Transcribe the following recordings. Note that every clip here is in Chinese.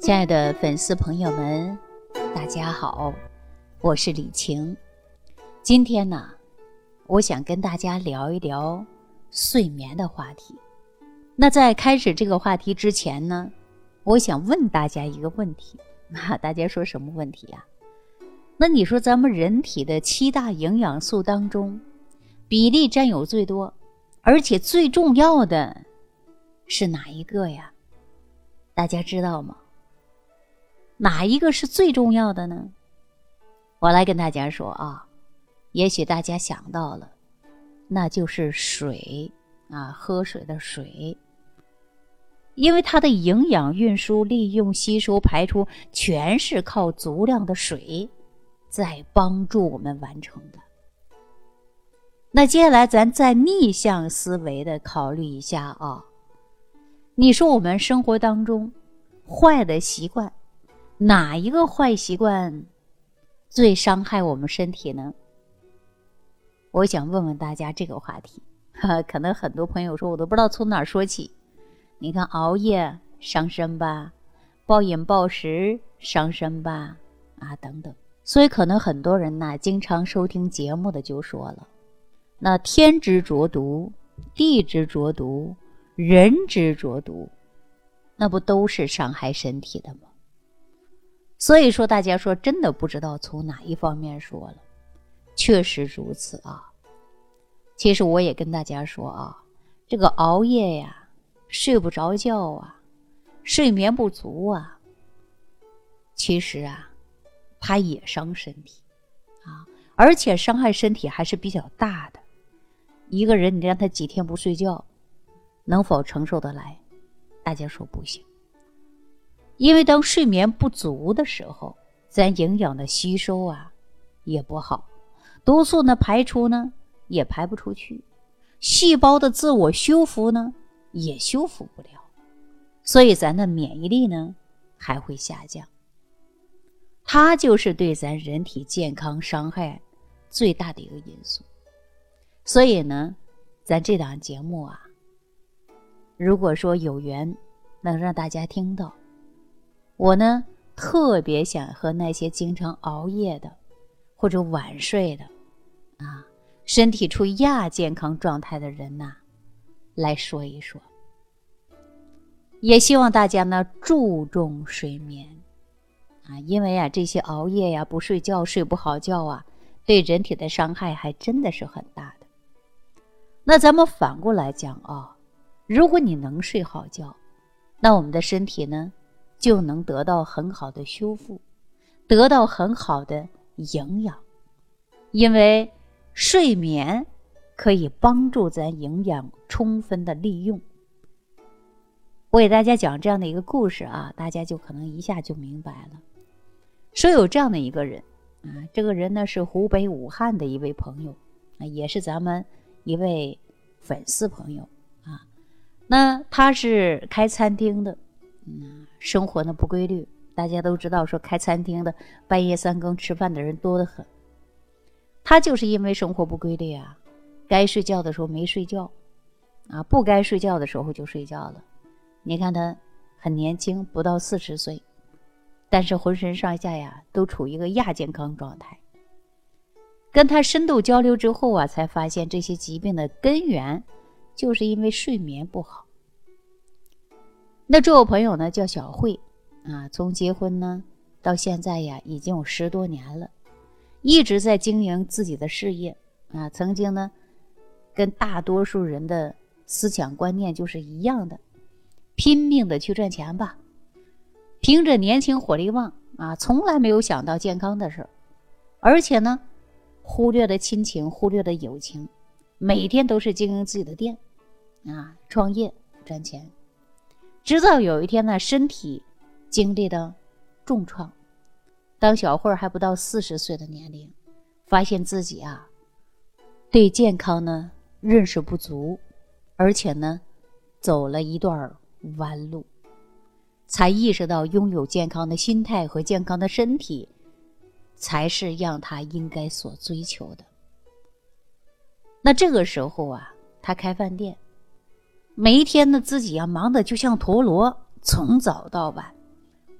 亲爱的粉丝朋友们，大家好，我是李晴。今天呢，我想跟大家聊一聊睡眠的话题。那在开始这个话题之前呢，我想问大家一个问题。大家说什么问题呀？那你说咱们人体的7大营养素当中，比例占有最多，而且最重要的是哪一个呀？大家知道吗？哪一个是最重要的呢？我来跟大家说啊，也许大家想到了，那就是水啊，喝水的水。因为它的营养运输、利用、吸收、排出全是靠足量的水在帮助我们完成的。那接下来咱再逆向思维的考虑一下啊，你说我们生活当中坏的习惯，哪一个坏习惯最伤害我们身体呢？我想问问大家这个话题。可能很多朋友说我都不知道从哪儿说起。你看熬夜伤身吧，暴饮暴食伤身吧，等等。所以可能很多人呢，经常收听节目的就说了，那天之浊毒，地之浊毒，人之浊毒，那不都是伤害身体的吗？所以说大家说真的不知道从哪一方面说了，确实如此啊。其实我也跟大家说啊，这个熬夜呀，睡不着觉啊，睡眠不足啊，其实啊它也伤身体啊，而且伤害身体还是比较大的。一个人你让他几天不睡觉，能否承受得来？大家说不行。因为当睡眠不足的时候，咱营养的吸收啊也不好，毒素呢排出呢也排不出去，细胞的自我修复呢也修复不了，所以咱的免疫力呢还会下降。它就是对咱人体健康伤害最大的一个因素。所以呢，咱这档节目啊，如果说有缘能让大家听到，我呢特别想和那些经常熬夜的或者晚睡的身体处于亚健康状态的人来说一说。也希望大家呢注重睡眠因为这些熬夜呀、不睡觉、睡不好觉对人体的伤害还真的是很大的。那咱们反过来讲如果你能睡好觉，那我们的身体呢就能得到很好的修复，得到很好的营养。因为睡眠可以帮助咱营养充分的利用。我给大家讲这样的一个故事大家就可能一下就明白了。说有这样的一个人这个人呢是湖北武汉的一位朋友也是咱们一位粉丝朋友那他是开餐厅的生活呢不规律。大家都知道说开餐厅的半夜3更吃饭的人多得很。他就是因为生活不规律该睡觉的时候没睡觉不该睡觉的时候就睡觉了。你看他很年轻，不到40岁，但是浑身上下都处于一个亚健康状态。跟他深度交流之后才发现这些疾病的根源就是因为睡眠不好。那这位朋友呢叫小慧从结婚呢到现在已经有10多年了，一直在经营自己的事业曾经呢跟大多数人的思想观念就是一样的，拼命的去赚钱吧，凭着年轻火力旺从来没有想到健康的事儿，而且呢忽略了亲情，忽略了友情，每天都是经营自己的店创业赚钱。直到有一天呢身体经历了重创，当小慧还不到40岁的年龄，发现自己对健康呢认识不足，而且呢走了一段弯路，才意识到拥有健康的心态和健康的身体才是让他应该所追求的。那这个时候他开饭店，每一天呢自己忙得就像陀螺，从早到晚，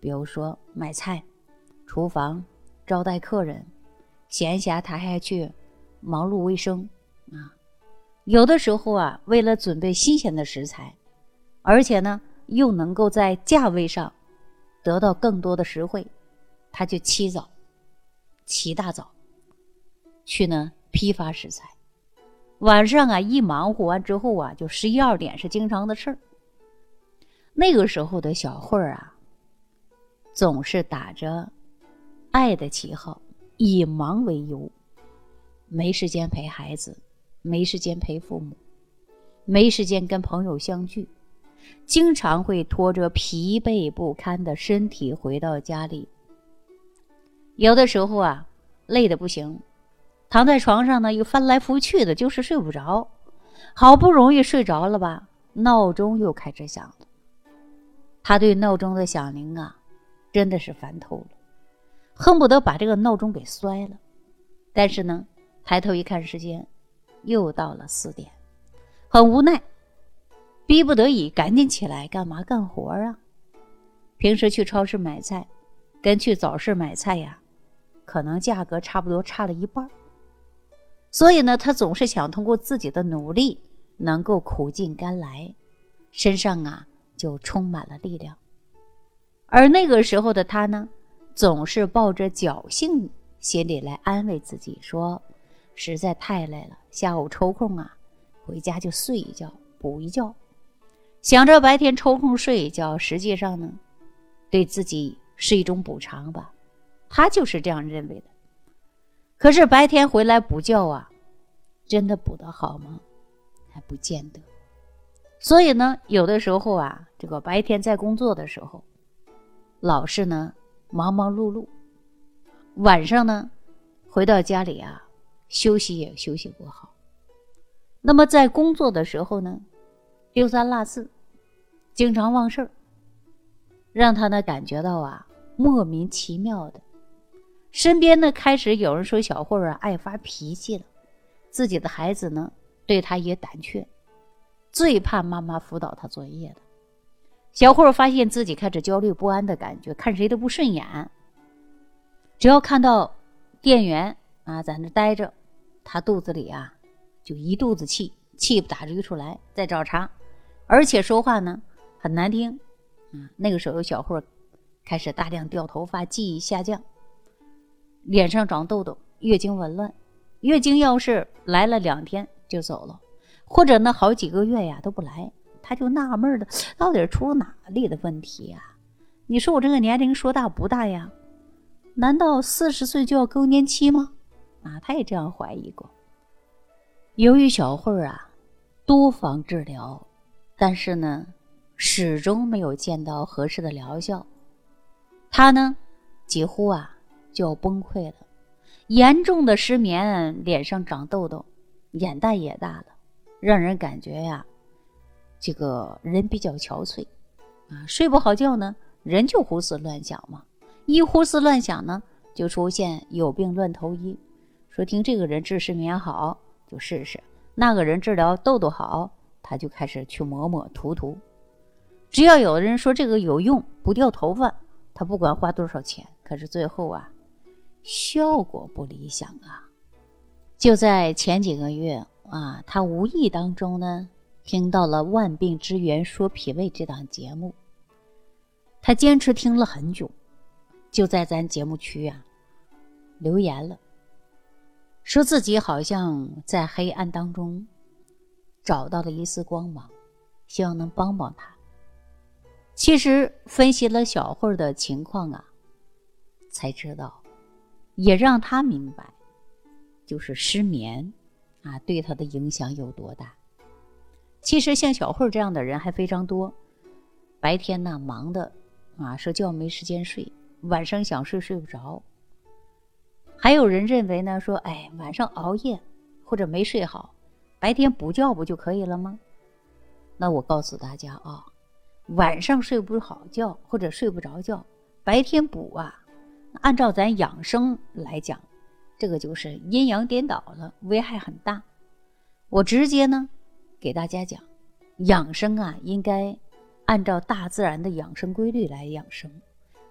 比如说买菜、厨房、招待客人，闲暇他还去忙碌卫生有的时候为了准备新鲜的食材，而且呢又能够在价位上得到更多的实惠，他就起大早去呢批发食材。晚上一忙活完之后就11、12点是经常的事儿。那个时候的小慧总是打着爱的旗号，以忙为由，没时间陪孩子，没时间陪父母，没时间跟朋友相聚，经常会拖着疲惫不堪的身体回到家里。有的时候累得不行，躺在床上呢又翻来覆去的，就是睡不着。好不容易睡着了吧，闹钟又开始响了。他对闹钟的响铃真的是烦透了，恨不得把这个闹钟给摔了。但是呢，抬头一看时间，又到了4点，很无奈，逼不得已赶紧起来干嘛干活平时去超市买菜跟去早市买菜可能价格差不多差了一半，所以呢他总是想通过自己的努力能够苦尽甘来，身上就充满了力量。而那个时候的他呢，总是抱着侥幸心理来安慰自己，说实在太累了，下午抽空回家就睡一觉补一觉，想着白天抽空睡一觉，实际上呢对自己是一种补偿吧，他就是这样认为的。可是白天回来补觉真的补得好吗？还不见得。所以呢有的时候这个白天在工作的时候老是呢忙忙碌碌，晚上呢回到家里休息也休息不好。那么在工作的时候呢丢三落四，经常忘事儿，让他呢感觉到莫名其妙的。身边呢开始有人说小慧爱发脾气了，自己的孩子呢对他也胆怯，最怕妈妈辅导他作业了。小慧发现自己开始焦虑不安的感觉，看谁都不顺眼，只要看到店员在那待着，他肚子里就一肚子气，气不打一出来，在找茬，而且说话呢很难听那个时候小慧开始大量掉头发，记忆下降，脸上长痘痘，月经紊乱，月经要是来了2天就走了，或者呢好几个月都不来。他就纳闷了，到底是出了哪里的问题你说我这个年龄说大不大呀？难道40岁就要更年期吗？他也这样怀疑过。由于小慧多方治疗，但是呢始终没有见到合适的疗效，他呢几乎就要崩溃了，严重的失眠，脸上长痘痘，眼袋也大了，让人感觉这个人比较憔悴睡不好觉呢，人就胡思乱想嘛，一胡思乱想呢就出现有病乱投医，说听这个人治失眠好就试试，那个人治疗痘痘好，他就开始去抹抹涂，只要有人说这个有用不掉头发，他不管花多少钱，可是最后效果不理想就在前几个月他无意当中呢听到了万病之源说脾胃这档节目，他坚持听了很久，就在咱节目区留言了，说自己好像在黑暗当中找到了一丝光芒，希望能帮帮他。其实分析了小慧的情况才知道，也让他明白就是失眠对他的影响有多大。其实像小慧这样的人还非常多，白天忙的说觉没时间睡，晚上想睡睡不着。还有人认为呢说晚上熬夜或者没睡好，白天补觉不就可以了吗？那我告诉大家晚上睡不好觉或者睡不着觉，白天补按照咱养生来讲，这个就是阴阳颠倒了，危害很大。我直接呢给大家讲，养生应该按照大自然的养生规律来养生，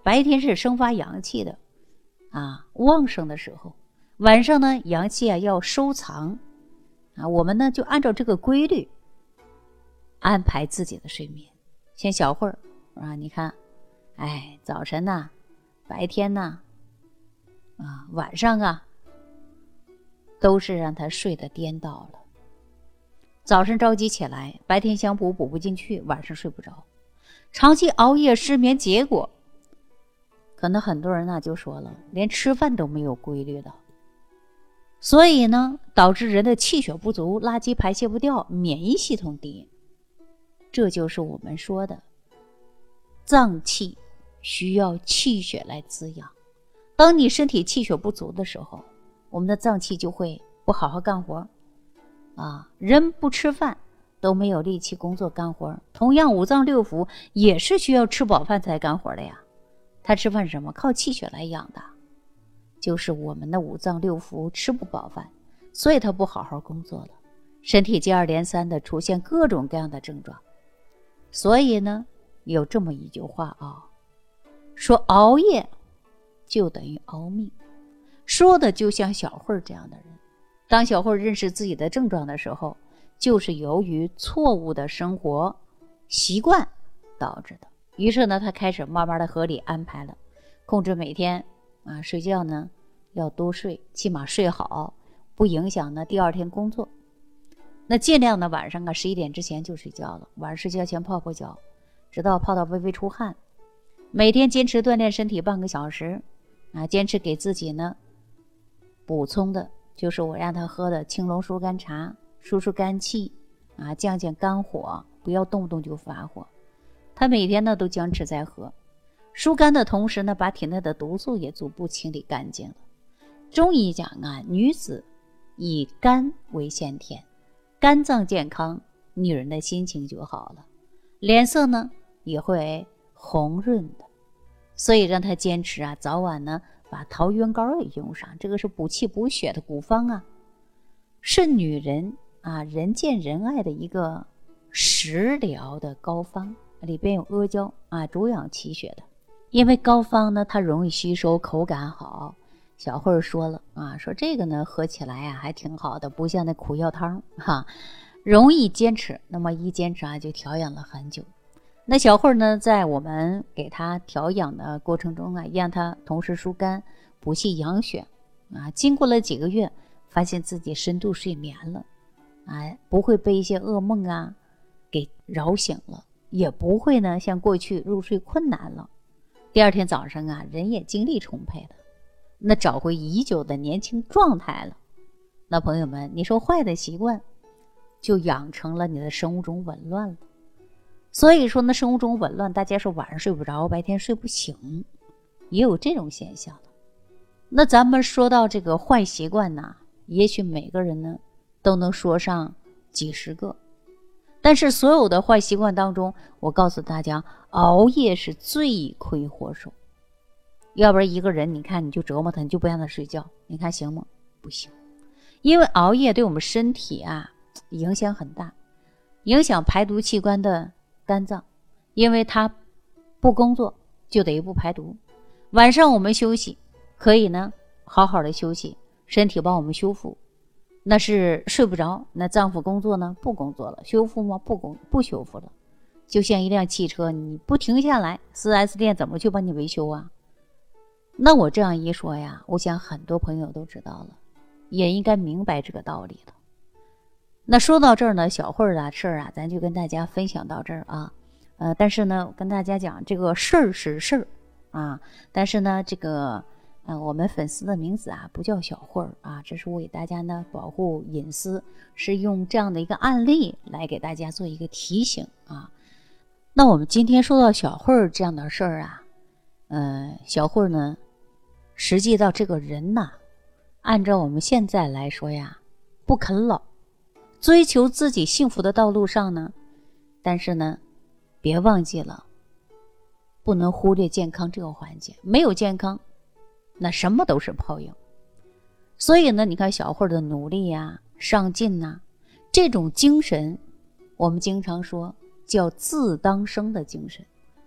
白天是生发阳气的旺盛的时候，晚上呢阳气要收藏我们呢就按照这个规律安排自己的睡眠。像小慧你看早晨白天晚上都是让他睡得颠倒了。早晨着急起来，白天想补不进去，晚上睡不着，长期熬夜失眠，结果可能很多人就说了，连吃饭都没有规律的，所以呢导致人的气血不足，垃圾排泄不掉，免疫系统低。这就是我们说的脏气需要气血来滋养。当你身体气血不足的时候，我们的脏气就会不好好干活人不吃饭都没有力气工作干活。同样五脏六腑也是需要吃饱饭才干活的呀。他吃饭是什么？靠气血来养的，就是我们的五脏六腑吃不饱饭，所以他不好好工作了，身体接二连三的出现各种各样的症状。所以呢有这么一句话说熬夜就等于熬命，说的就像小慧这样的人。当小慧认识自己的症状的时候，就是由于错误的生活习惯导致的。于是呢她开始慢慢的合理安排了，控制每天睡觉呢要多睡，起码睡好，不影响呢第二天工作。那尽量呢晚上11点之前就睡觉了，晚上睡觉前泡泡脚，直到泡到微微出汗。每天坚持锻炼身体半个小时坚持给自己呢补充的就是我让他喝的青龙疏肝茶，疏肝气降肝火，不要动不动就发火。他每天呢都坚持在喝，疏肝的同时呢把体内的毒素也逐步清理干净了。中医讲女子以肝为先天，肝脏健康，女人的心情就好了，脸色呢也会红润的。所以让他坚持早晚呢把桃源膏也用上，这个是补气补血的古方是女人人见人爱的一个食疗的膏方，里边有阿胶主养气血的。因为膏方呢它容易吸收，口感好。小慧说了说这个呢喝起来还挺好的，不像那苦药汤容易坚持。那么一坚持就调养了很久。那小慧呢在我们给她调养的过程中让她同时疏肝补气养血经过了几个月，发现自己深度睡眠了不会被一些噩梦给扰醒了，也不会呢像过去入睡困难了。第二天早上人也精力充沛了，那找回已久的年轻状态了。那朋友们，你说坏的习惯就养成了你的生物钟紊乱了。所以说呢生物钟紊乱，大家说晚上睡不着，白天睡不醒，也有这种现象了。那咱们说到这个坏习惯也许每个人呢都能说上几十个，但是所有的坏习惯当中，我告诉大家，熬夜是罪魁祸首。要不然一个人你看你就折磨他，你就不让他睡觉，你看行吗？不行。因为熬夜对我们身体影响很大，影响排毒器官的肝脏，因为它不工作就得不排毒。晚上我们休息可以呢好好的休息，身体帮我们修复。那是睡不着，那脏腑工作呢不工作了，修复吗？不修复了。就像一辆汽车，你不停下来 4S 店怎么去帮你维修那我这样一说我想很多朋友都知道了，也应该明白这个道理了。那说到这儿呢，小慧的事儿咱就跟大家分享到这儿但是呢我跟大家讲，这个事儿是事儿但是呢这个我们粉丝的名字不叫小慧这是我给大家呢保护隐私，是用这样的一个案例来给大家做一个提醒那我们今天说到小慧这样的事儿小慧呢实际到这个人按照我们现在来说不啃老，追求自己幸福的道路上呢，但是呢别忘记了不能忽略健康这个环节，没有健康那什么都是泡影。所以呢你看小慧的努力上进这种精神我们经常说叫自当生的精神，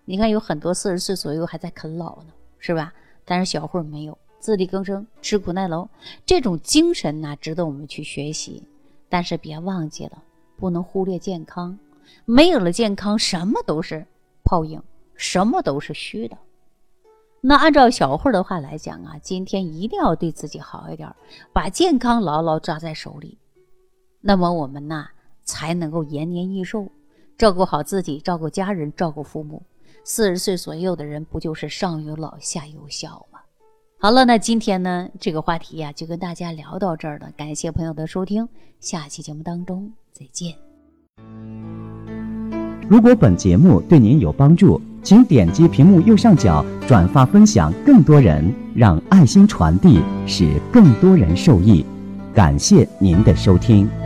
你看有很多40岁左右还在啃老呢，是吧？但是小慧没有，自力更生，吃苦耐劳，这种精神呢，值得我们去学习。但是别忘记了，不能忽略健康。没有了健康，什么都是泡影，什么都是虚的。那按照小慧的话来讲啊，今天一定要对自己好一点，把健康牢牢抓在手里。那么我们呢，才能够延年益寿，照顾好自己，照顾家人，照顾父母。40岁左右的人，不就是上有老下有小吗？好了，那今天呢，这个话题呀，就跟大家聊到这儿了。感谢朋友的收听，下期节目当中再见。 如果本节目对您有帮助，请点击屏幕右上角转发分享更多人，让爱心传递，使更多人受益。感谢您的收听。